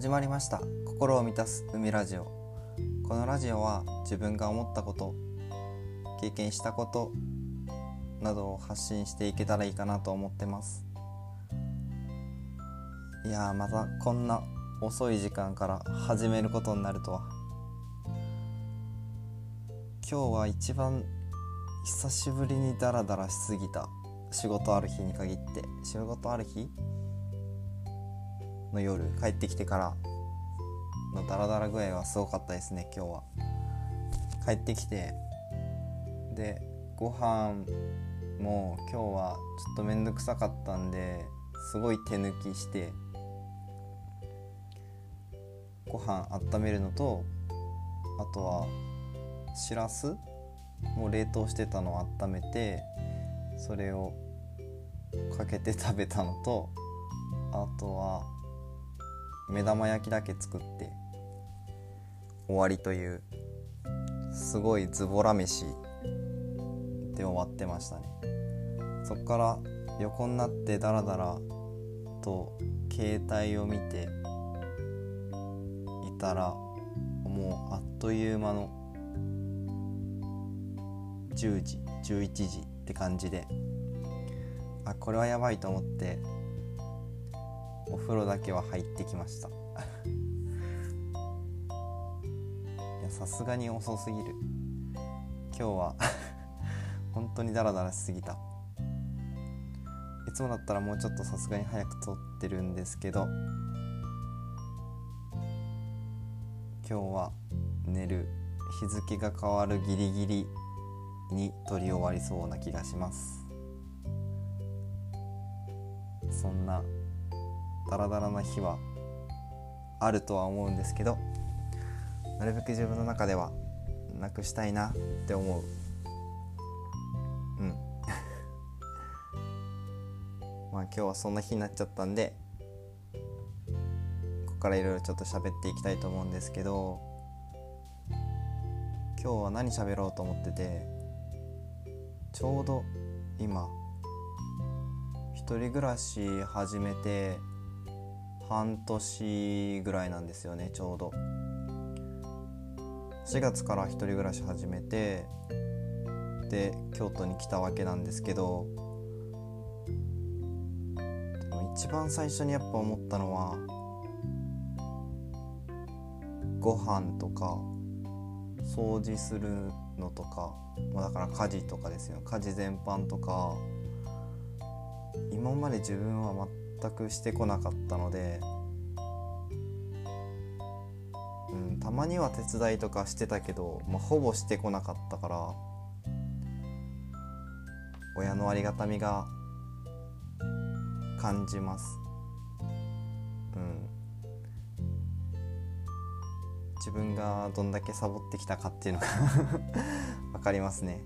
始まりました。心を満たす海ラジオ。このラジオは自分が思ったこと、経験したことなどを発信していけたらいいかなと思ってます。いやー、またこんな遅い時間から始めることになるとは。今日は一番久しぶりにダラダラしすぎた。仕事ある日に限って、仕事ある日の夜帰ってきてからのダラダラ具合はすごかったですね。今日は帰ってきて、でご飯も今日はちょっとめんどくさかったんですごい手抜きして、ご飯温めるのと、あとはしらすも冷凍してたのを温めてそれをかけて食べたのと、あとは目玉焼きだけ作って終わりというすごいズボラ飯で終わってましたね。そっから横になってダラダラと携帯を見ていたら、もうあっという間の10時11時って感じで、これはやばいと思ってお風呂だけは入ってきましたいや、さすがに遅すぎる。今日は本当にダラダラしすぎた。いつもだったらもうちょっとさすがに早く撮ってるんですけど、今日は寝る日付が変わるギリギリに撮り終わりそうな気がします。そんなダラダラな日はあるとは思うんですけど、なるべく自分の中ではなくしたいなって思う。まあ今日はそんな日になっちゃったんで、ここからいろいろちょっと喋っていきたいと思うんですけど、今日は何喋ろうと思ってて、ちょうど今一人暮らし始めて半年ぐらいなんですよね。ちょうど4月から一人暮らし始めて、で京都に来たわけなんですけど、でも一番最初にやっぱ思ったのは、ご飯とか掃除するのとか、だから家事とかですよ。家事全般とか今まで自分は全くしてこなかったので、たまには手伝いとかしてたけど、ほぼしてこなかったから、親のありがたみが感じます。自分がどんだけサボってきたかっていうのがわかりますね。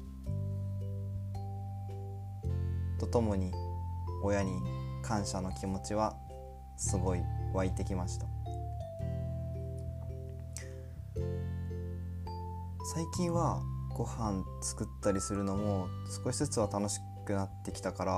とともに親に感謝の気持ちはすごい湧いてきました。最近はご飯作ったりするのも少しずつは楽しくなってきたから、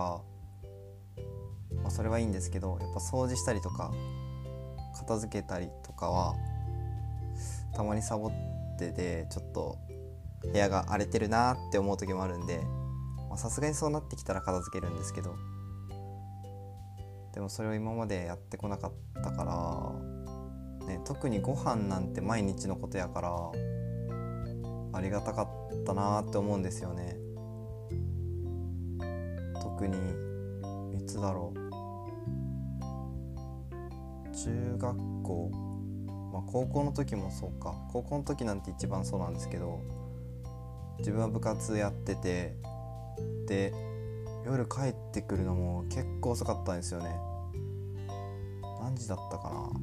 それはいいんですけど、やっぱ掃除したりとか片付けたりとかはたまにサボってて、ちょっと部屋が荒れてるなって思う時もあるんで、さすがにそうなってきたら片付けるんですけど、でもそれを今までやってこなかったから、特にご飯なんて毎日のことやからありがたかったなって思うんですよね。特にいつだろう、中学校、高校の時もそうか。高校の時なんて一番そうなんですけど、自分は部活やってて、で夜帰ってくるのも結構遅かったんですよね。何時だったかな。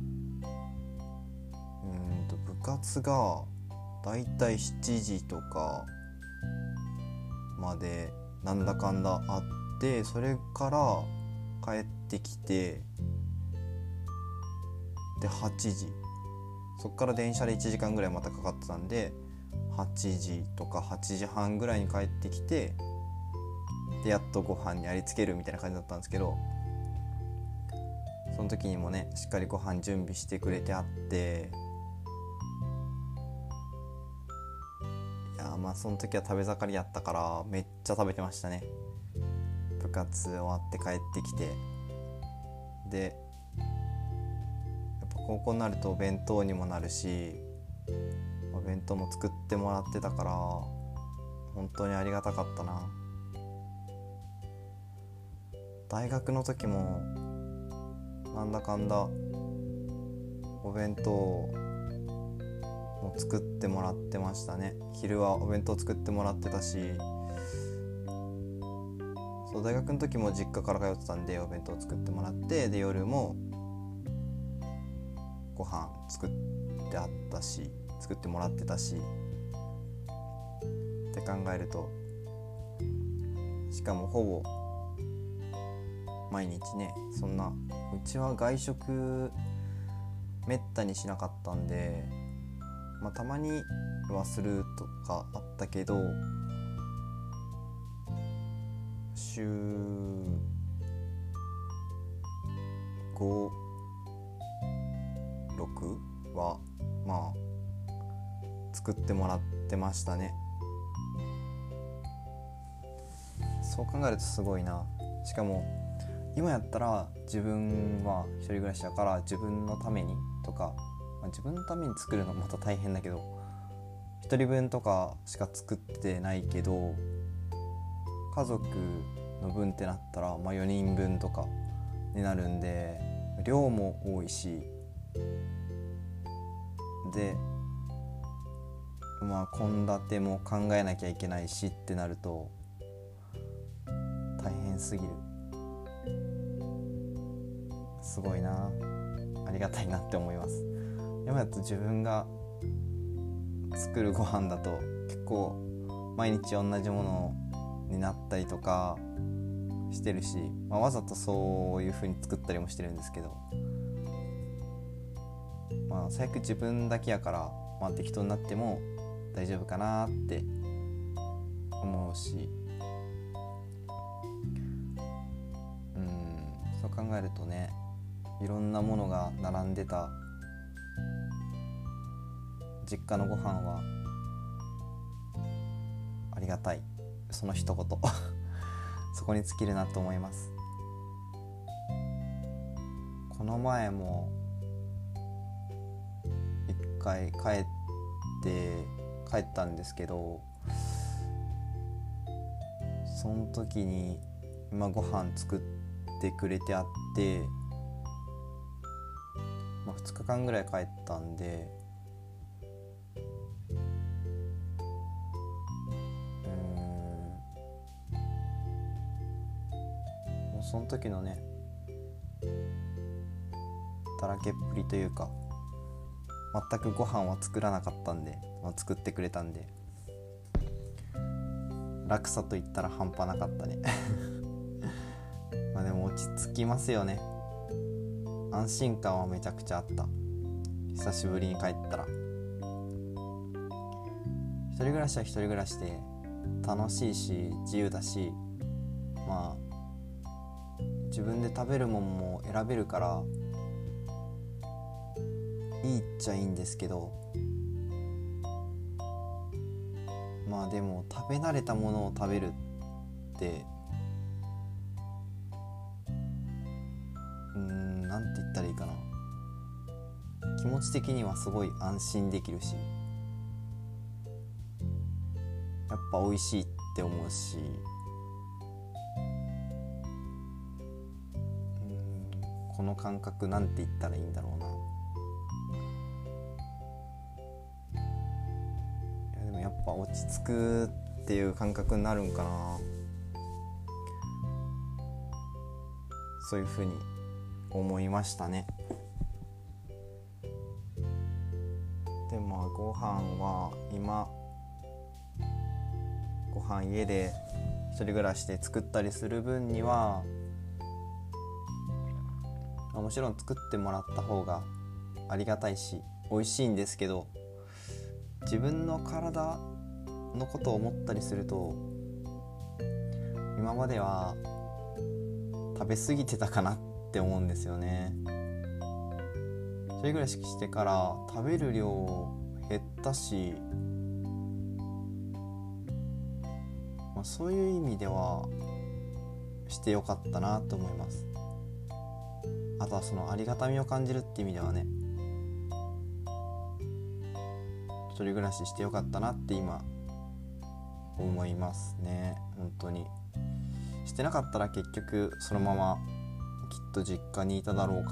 部活がだいたい7時とかまでなんだかんだあって、それから帰ってきて、で8時、そっから電車で1時間ぐらいまたかかってたんで、8時とか8時半ぐらいに帰ってきて、でやっとご飯にありつけるみたいな感じだったんですけど、 その時にもねしっかりご飯準備してくれてあって、いやまあその時は食べ盛りやったからめっちゃ食べてましたね。部活終わって帰ってきて、でやっぱ高校になるとお弁当にもなるし、お弁当も作ってもらってたから本当にありがたかったな。大学の時もなんだかんだお弁当も作ってもらってましたね。昼はお弁当作ってもらってたし、そう大学の時も実家から通ってたんでお弁当作ってもらって、で夜もご飯作ってもらってたしって考えると、しかもほぼ毎日ね、そんなうちは外食めったにしなかったんで、まあたまにはするとかあったけど、週5、6はまあ作ってもらってましたね。そう考えるとすごいな。しかも今やったら自分は一人暮らしだから自分のためにとか、自分のために作るのまた大変だけど、一人分とかしか作ってないけど、家族の分ってなったら、4人分とかになるんで量も多いし、で献立も考えなきゃいけないしってなると大変すぎる。すごいな、ありがたいなって思います。今だと自分が作るご飯だと結構毎日同じものになったりとかしてるし、わざとそういう風に作ったりもしてるんですけど、最悪自分だけやから、適当になっても大丈夫かなって思うし、そう考えるとね、いろんなものが並んでた実家のご飯はありがたい、その一言そこに尽きるなと思います。この前も一回帰ったんですけど、その時にご飯作ってくれてあって、2日間ぐらい帰ったんで、もうその時のねだらけっぷりというか、全くご飯は作らなかったんで、作ってくれたんで、楽さと言ったら半端なかったねでも落ち着きますよね。安心感はめちゃくちゃあった。久しぶりに帰ったら。一人暮らしは一人暮らしで楽しいし自由だし、自分で食べるもんも選べるからいいっちゃいいんですけど、でも食べ慣れたものを食べるってなんて言ったらいいかな、気持ち的にはすごい安心できるし、やっぱ美味しいって思うし、この感覚なんて言ったらいいんだろうな。でもやっぱ落ち着くっていう感覚になるんかな。そういう風に思いましたね。でご飯は今ご飯家で一人暮らしで作ったりする分には、もちろん作ってもらった方がありがたいし美味しいんですけど、自分の体のことを思ったりすると、今までは食べ過ぎてたかなっって思うんですよね。一人暮らししてから食べる量減ったし、そういう意味ではしてよかったなと思います。あとはそのありがたみを感じるって意味ではね、一人暮らししてよかったなって今思いますね。本当にしてなかったら結局そのままきっと実家にいただろうから、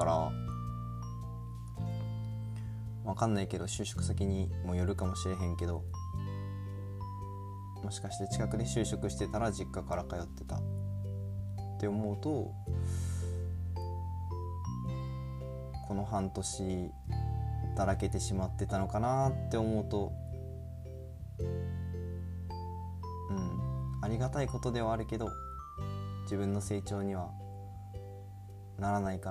わかんないけど就職先にもよるかもしれへんけど、もしかして近くで就職してたら実家から通ってたって思うと、この半年だらけてしまってたのかなって思うと、ありがたいことではあるけど自分の成長にはならないから、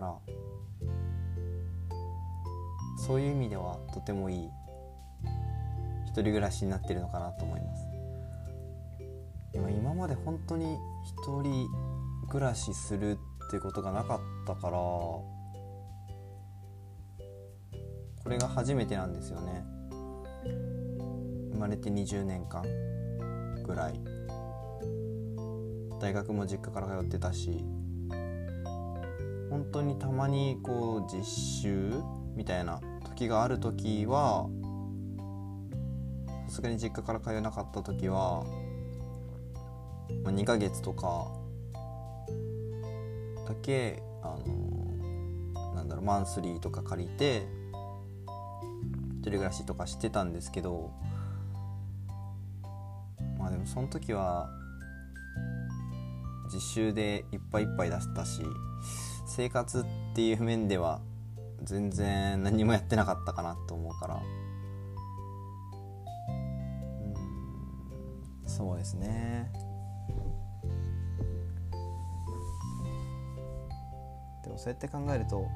そういう意味ではとてもいい一人暮らしになってるのかなと思います。今まで本当に一人暮らしするってことがなかったから、これが初めてなんですよね。生まれて20年間ぐらい、大学も実家から通ってたし、本当にたまにこう実習みたいな時がある時は、さすがに実家から通えなかった時は、2ヶ月とかだけマンスリーとか借りて一人暮らしとかしてたんですけど、でもその時は実習でいっぱいいっぱい出したし、生活っていう面では全然何もやってなかったかなと思うから、そうですね。でもそうやって考えると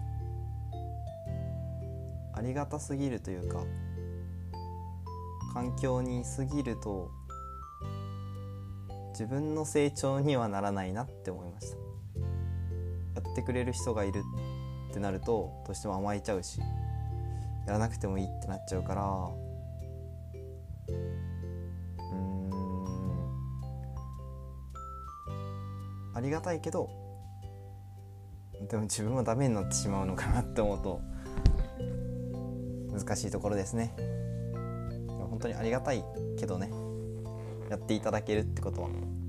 ありがたすぎるというか、環境にいすぎると自分の成長にはならないなって思いました。やってくれる人がいるってなるとどうしても甘えちゃうし、やらなくてもいいってなっちゃうから、ありがたいけど、でも自分はダメになってしまうのかなって思うと難しいところですね。でも本当にありがたいけどね、やっていただけるってことは、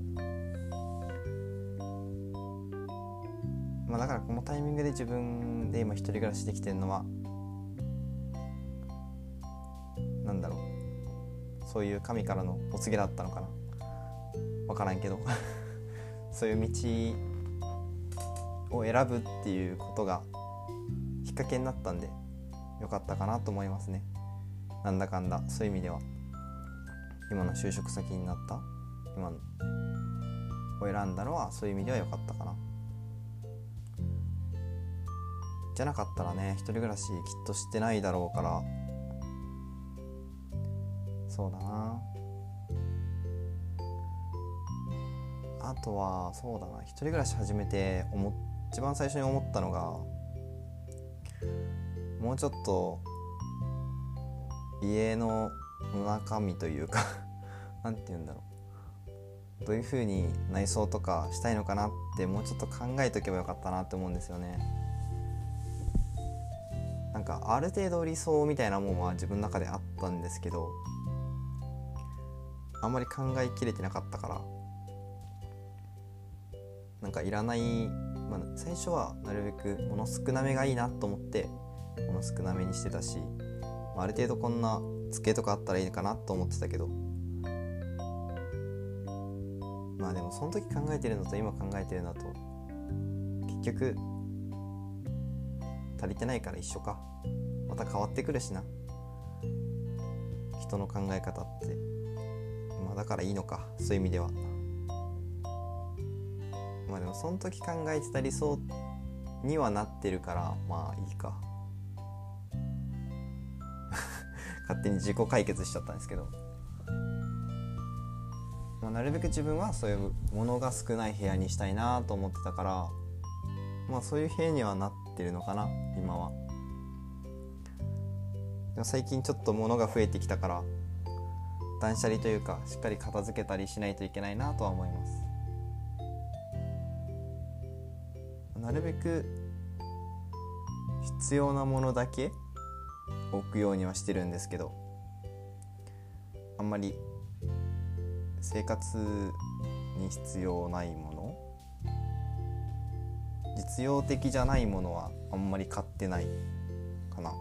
だからこのタイミングで自分で今一人暮らしできてるのは、そういう神からのお告げだったのかな、分からんけどそういう道を選ぶっていうことがきっかけになったんでよかったかなと思いますね。なんだかんだそういう意味では今の就職先になった今のを選んだのはそういう意味ではよかったかな。じゃなかったらね、一人暮らしきっとしてないだろうから、そうだな。あとはそうだな、一人暮らし始めて一番最初に思ったのが、もうちょっと家の中身というかなんて言うんだろう、どういう風に内装とかしたいのかなってもうちょっと考えとけばよかったなって思うんですよね。ある程度理想みたいなもんは自分の中であったんですけど、あんまり考えきれてなかったから、いらない、最初はなるべく物少なめがいいなと思って物少なめにしてたし、ある程度こんな机とかあったらいいかなと思ってたけど、でもその時考えてるのと今考えてるのと結局足りてないから一緒か。また変わってくるしな、人の考え方って。だからいいのか、そういう意味では。でもその時考えてた理想にはなってるからいいか勝手に自己解決しちゃったんですけど、なるべく自分はそういうものが少ない部屋にしたいなと思ってたから、 そういう部屋にはなってるのかな今は。でも最近ちょっと物が増えてきたから断捨離というかしっかり片付けたりしないといけないなとは思います。なるべく必要なものだけ置くようにはしてるんですけど、あんまり生活に必要ないもの、実用的じゃないものはあんまり買ってないかな。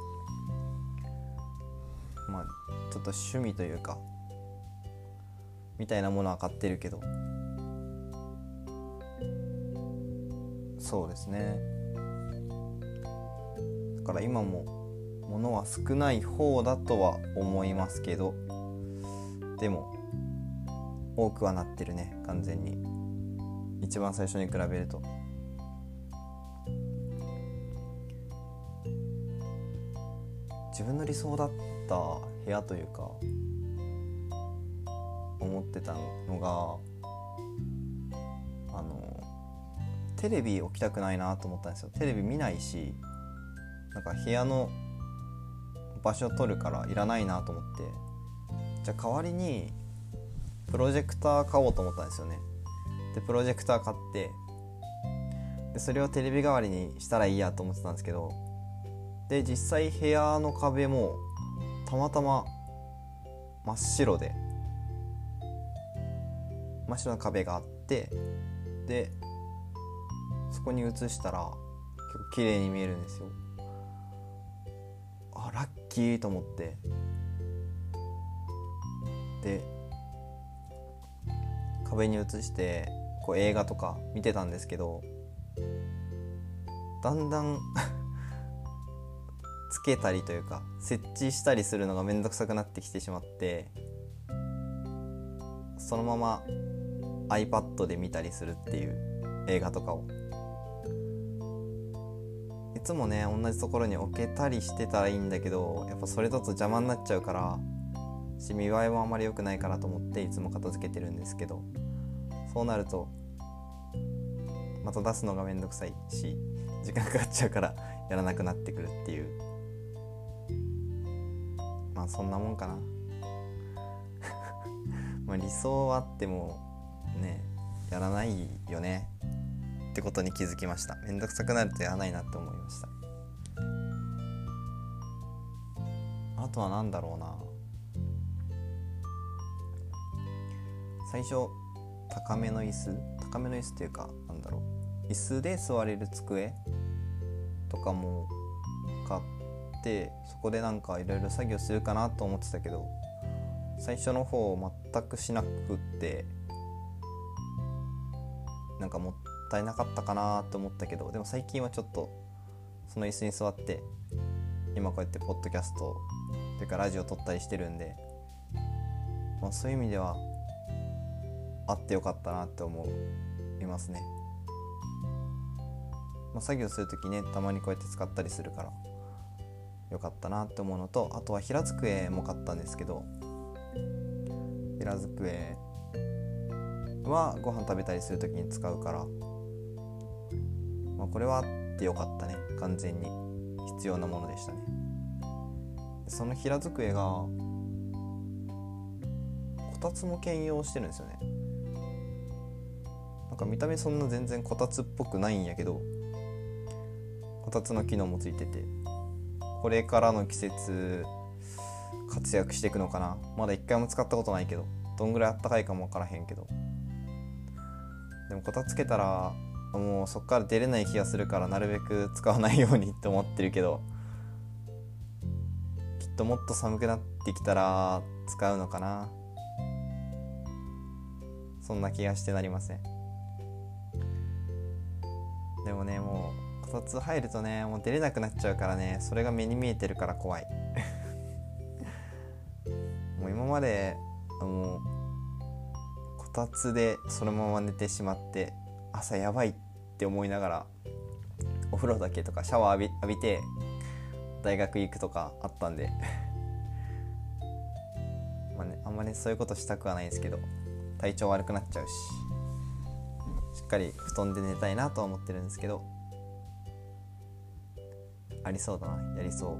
ちょっと趣味というかみたいなものは買ってるけど、そうですね。だから今も物は少ない方だとは思いますけど、でも多くはなってるね、完全に一番最初に比べると。自分の理想だった部屋というか思ってたのがテレビ置きたくないなと思ったんですよ。テレビ見ないし、なんか部屋の場所取るからいらないなと思って、じゃあ代わりにプロジェクター買おうと思ったんですよね。でプロジェクター買って、でそれをテレビ代わりにしたらいいやと思ってたんですけど、で実際部屋の壁もたまたま真っ白で、真っ白な壁があって、でそこに映したら結構綺麗に見えるんですよ。あ、ラッキーと思って、で壁に映してこう映画とか見てたんですけど、だんだんつけたりというか設置したりするのがめんどくさくなってきてしまって、そのまま iPad で見たりするっていう映画とかをいつもね同じところに置けたりしてたらいいんだけど、やっぱそれだと邪魔になっちゃうからし、見栄えもあんまり良くないからと思っていつも片付けてるんですけど、そうなるとまた出すのがめんどくさいし時間かかっちゃうからやらなくなってくるっていう、そんなもんかな理想はあってもねやらないよねってことに気づきました。めんどくさくなるとやらないなって思いました。あとはなんだろうな、最初高めの椅子っていうか椅子で座れる机とかも買って、そこでなんかいろいろ作業するかなと思ってたけど、最初の方全くしなくって、なんかもったいなかったかなと思ったけど、でも最近はちょっとその椅子に座って今こうやってポッドキャストというかラジオ撮ったりしてるんで、そういう意味ではあってよかったなって思いますね。作業するときねたまにこうやって使ったりするからよかったなって思うのと、あとは平机も買ったんですけど、平机はご飯食べたりするときに使うから、これはあってよかったね。完全に必要なものでしたね。その平机がこたつも兼用してるんですよね。なんか見た目そんな全然こたつっぽくないんやけど、こたつの機能もついてて、これからの季節活躍していくのかな。まだ一回も使ったことないけど、どんぐらいあったかいかも分からへんけど、でもこたつけたらもうそっから出れない気がするから、なるべく使わないようにって思ってるけど、きっともっと寒くなってきたら使うのかな。そんな気がしてなりません。でもね、もうこたつ入るとねもう出れなくなっちゃうからね、それが目に見えてるから怖いもう今までもうこたつでそのまま寝てしまって朝やばいって思いながらお風呂だけとかシャワー浴びて大学行くとかあったんであんまりそういうことしたくはないんですけど、体調悪くなっちゃうし、 しっかり布団で寝たいなとは思ってるんですけど、ありそうだな、やりそう。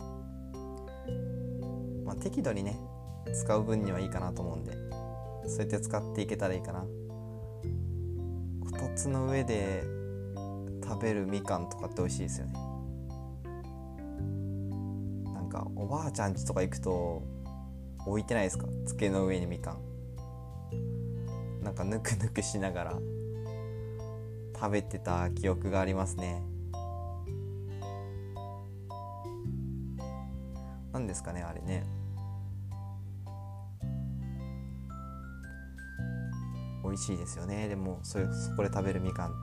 適度にね使う分にはいいかなと思うんで、そうやって使っていけたらいいかな。こたつの上で食べるみかんとかって美味しいですよね。なんかおばあちゃん家とか行くと置いてないですか、机の上にみかん。なんかぬくぬくしながら食べてた記憶がありますね。なんですかねあれね。美味しいですよね。でもそこで食べるみかんって、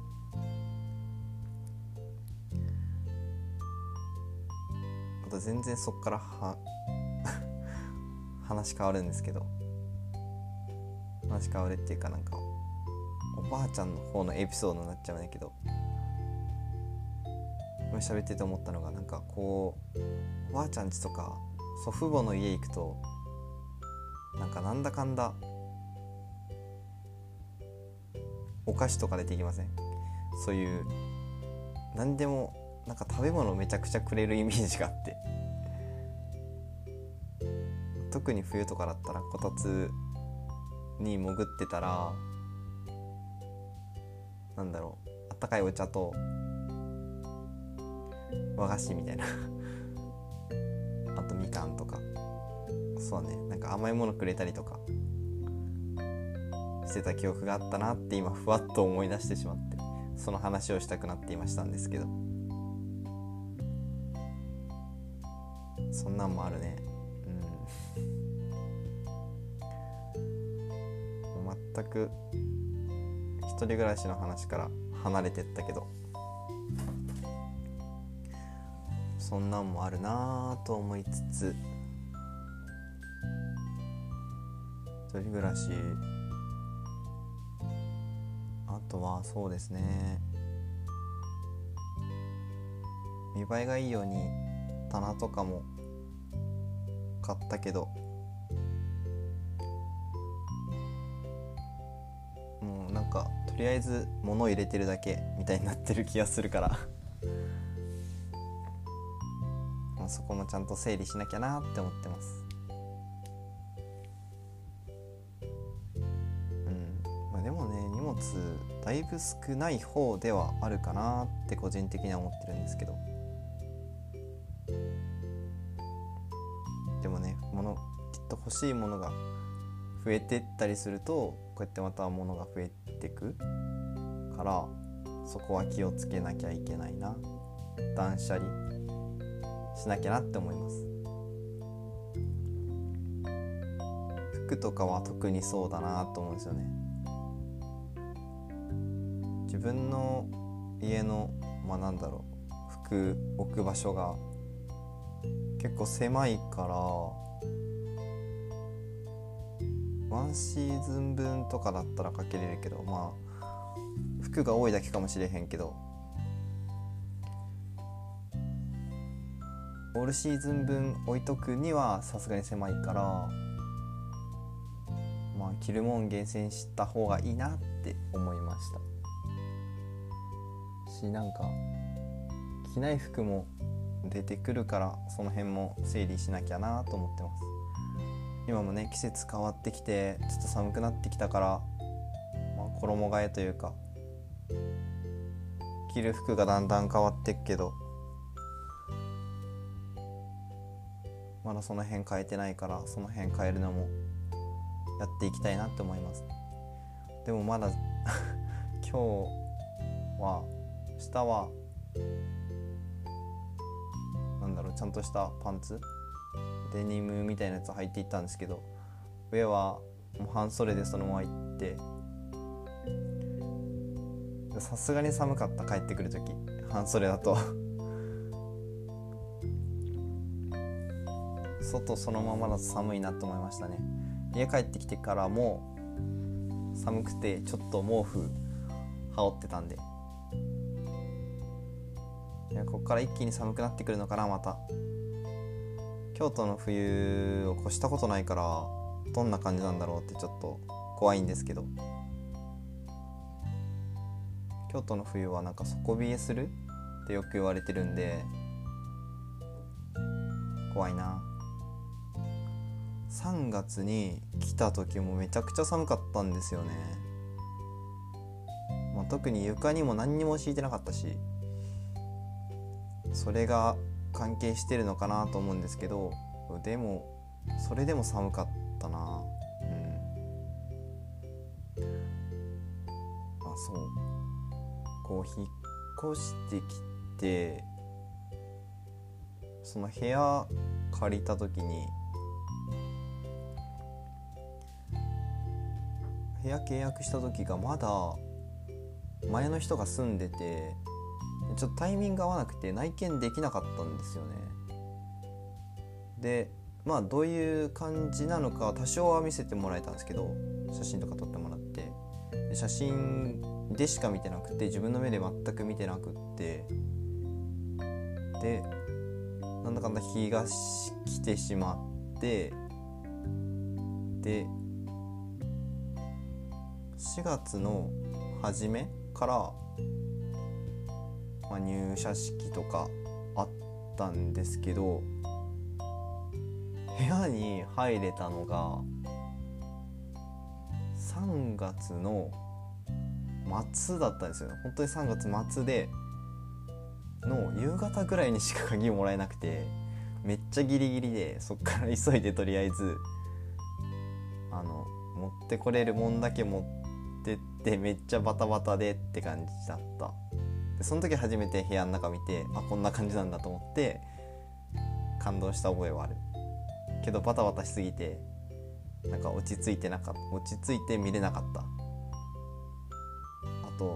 あと全然そっから話変わるんですけど、話変わるっていうか、なんかおばあちゃんの方のエピソードになっちゃうんだけど、今喋ってて思ったのが、なんかこうおばあちゃん家とか祖父母の家行くと、なんだかんだお菓子とか出てきません？そういう何でもなんか食べ物めちゃくちゃくれるイメージがあって、特に冬とかだったらこたつに潜ってたら、あったかいお茶と和菓子みたいなあとみかんとか、そうね、なんか甘いものくれたりとかしてた記憶があったなって今ふわっと思い出してしまって、その話をしたくなっていましたんですけど、そんなんもあるね。全く一人暮らしの話から離れてったけど、そんなんもあるなと思いつつ、一人暮らし、あとはそうですね、見栄えがいいように棚とかも買ったけど、もうなんかとりあえず物を入れてるだけみたいになってる気がするからそこもちゃんと整理しなきゃなって思ってます。でもね、荷物だいぶ少ない方ではあるかなって個人的には思ってるんですけど、でもね、きっと欲しいものが増えてったりすると、こうやってまた物が増えてくから、そこは気をつけなきゃいけないな、断捨離しなきゃなって思います。服とかは特にそうだなと思うんですよね。自分の家の服置く場所が結構狭いから、ワンシーズン分とかだったらかけれるけど、服が多いだけかもしれへんけど、オールシーズン分置いとくにはさすがに狭いから、着るもん厳選した方がいいなって思いましたし、なんか着ない服も出てくるから、その辺も整理しなきゃなと思ってます。今もね、季節変わってきてちょっと寒くなってきたから、衣替えというか着る服がだんだん変わってくけど、まだその辺変えてないから、その辺変えるのもやっていきたいなって思います。でもまだ今日は下はちゃんとしたパンツ、デニムみたいなやつ履いていったんですけど、上はもう半袖でそのまま行って、さすがに寒かった。帰ってくる時半袖だと外そのままだと寒いなと思いましたね。家帰ってきてからも寒くてちょっと毛布羽織ってたんで、ここから一気に寒くなってくるのかな。また京都の冬を越したことないから、どんな感じなんだろうってちょっと怖いんですけど、 京都の冬はなんか底冷えするってよく言われてるんで怖いな。3月に来た時もめちゃくちゃ寒かったんですよね。特に床にも何にも敷いてなかったし、それが関係してるのかなと思うんですけど、でもそれでも寒かったな。そうこう引っ越してきて、その部屋借りた時に部屋契約した時がまだ前の人が住んでて、ちょっとタイミング合わなくて内見できなかったんですよね。でどういう感じなのか多少は見せてもらえたんですけど、写真とか撮ってもらって、写真でしか見てなくて自分の目で全く見てなくって、でなんだかんだ日が来てしまって、で4月の初めから、入社式とかあったんですけど、部屋に入れたのが3月の末だったんですよね。本当に3月末での夕方ぐらいにしか鍵をもらえなくて、めっちゃギリギリで、そっから急いでとりあえず持ってこれるもんだけ持ってって、めっちゃバタバタでって感じだった。でその時初めて部屋の中見て、こんな感じなんだと思って感動した覚えはあるけど、バタバタしすぎてなんか落ち着いて見れなかった。あと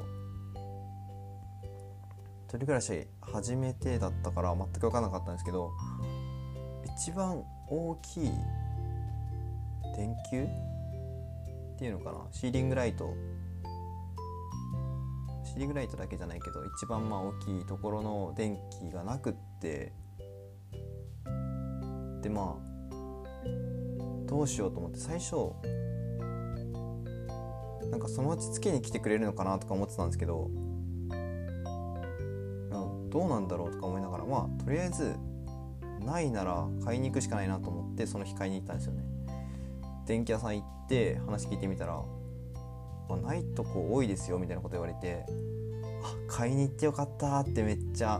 一人暮らし初めてだったから全く分からなかったんですけど、一番大きい電球っていうのかな、シーリングライトだけじゃないけど、一番大きいところの電気がなくって、でどうしようと思って、最初なんかそのうちつけに来てくれるのかなとか思ってたんですけど、どうなんだろうとか思いながら、とりあえずないなら買いに行くしかないなと思って、その日買いに行ったんですよね。電気屋さん行って話聞いてみたら、ないとこ多いですよみたいなこと言われて、買いに行ってよかったってめっちゃ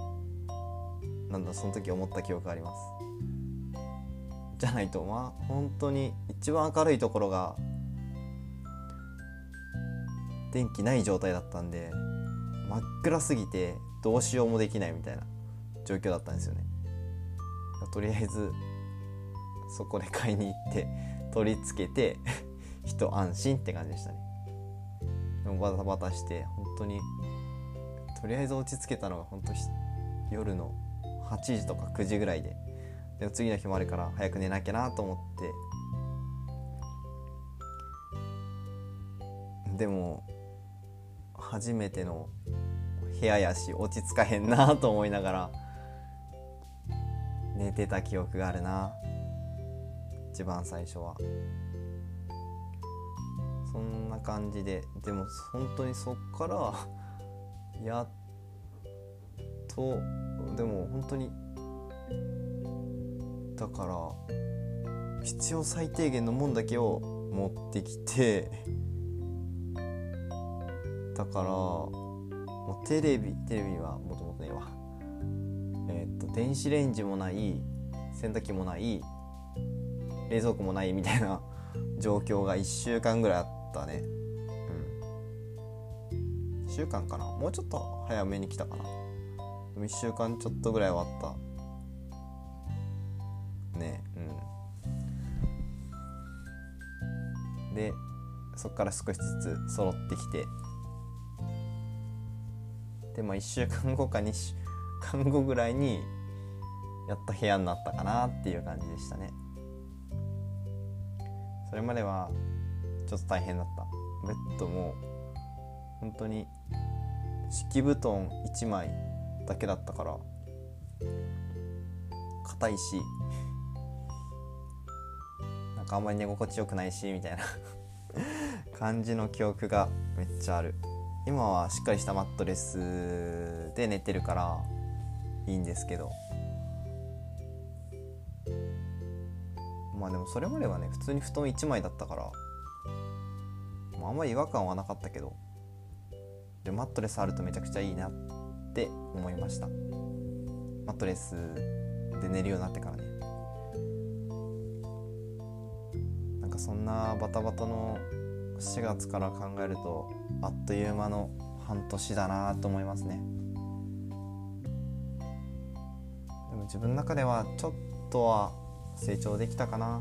その時思った記憶があります。じゃないと本当に一番明るいところが電気ない状態だったんで、真っ暗すぎてどうしようもできないみたいな状況だったんですよね。とりあえずそこで買いに行って取り付けて一安心って感じでしたね。でもバタバタして本当にとりあえず落ち着けたのが本当夜の8時とか9時ぐらいで、でも次の日もあるから早く寝なきゃなと思って、でも初めての部屋やし落ち着かへんなと思いながら寝てた記憶があるな、一番最初は。そんな感じで、でも本当にそっからやっと、でも本当にだから必要最低限のもんだけを持ってきて、だからもうテレビはもともとね電子レンジもない、洗濯機もない、冷蔵庫もないみたいな状況が1週間ぐらいあったね。1週間かな、もうちょっと早めに来たかな。でも1週間ちょっとぐらいはあったね。でそっから少しずつ揃ってきて、で1週間後か2週間後ぐらいにやっと部屋になったかなっていう感じでしたね。それまではちょっと大変だった。ベッドも本当に敷布団1枚だけだったから硬いし、なんかあんまり寝心地よくないしみたいな感じの記憶がめっちゃある。 今はしっかりしたマットレスで寝てるからいいんですけど、まあでもそれまではね普通に布団1枚だったから、あんまり違和感はなかったけど、でマットレスあるとめちゃくちゃいいなって思いました。マットレスで寝るようになってからね。なんかそんなバタバタの4月から考えるとあっという間の半年だなと思いますね。でも自分の中ではちょっとは成長できたかな。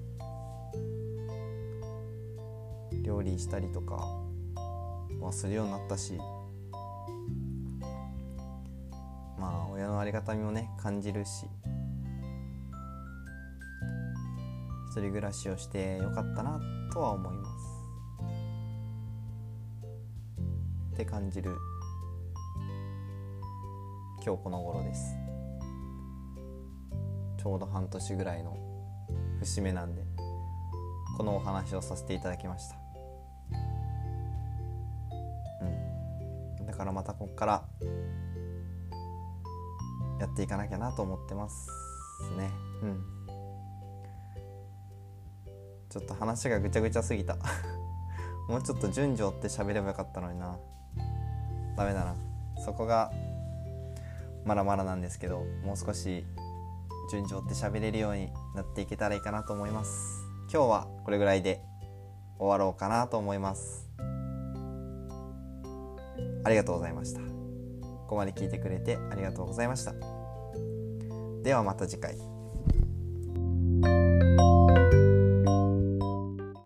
料理したりとかはするようになったし、まあ親のありがたみもね感じるし、一人暮らしをしてよかったなとは思いますって感じる今日この頃です。ちょうど半年ぐらいの節目なんでこのお話をさせていただきました。だからまたここからやっていかなきゃなと思ってますね。ちょっと話がぐちゃぐちゃすぎたもうちょっと順序追って喋ればよかったのにな。ダメだな、そこがまだまだなんですけど、もう少し順序追って喋れるようになっていけたらいいかなと思います。今日はこれぐらいで終わろうかなと思います。ありがとうございました。ここまで聞いてくれてありがとうございました。ではまた次回。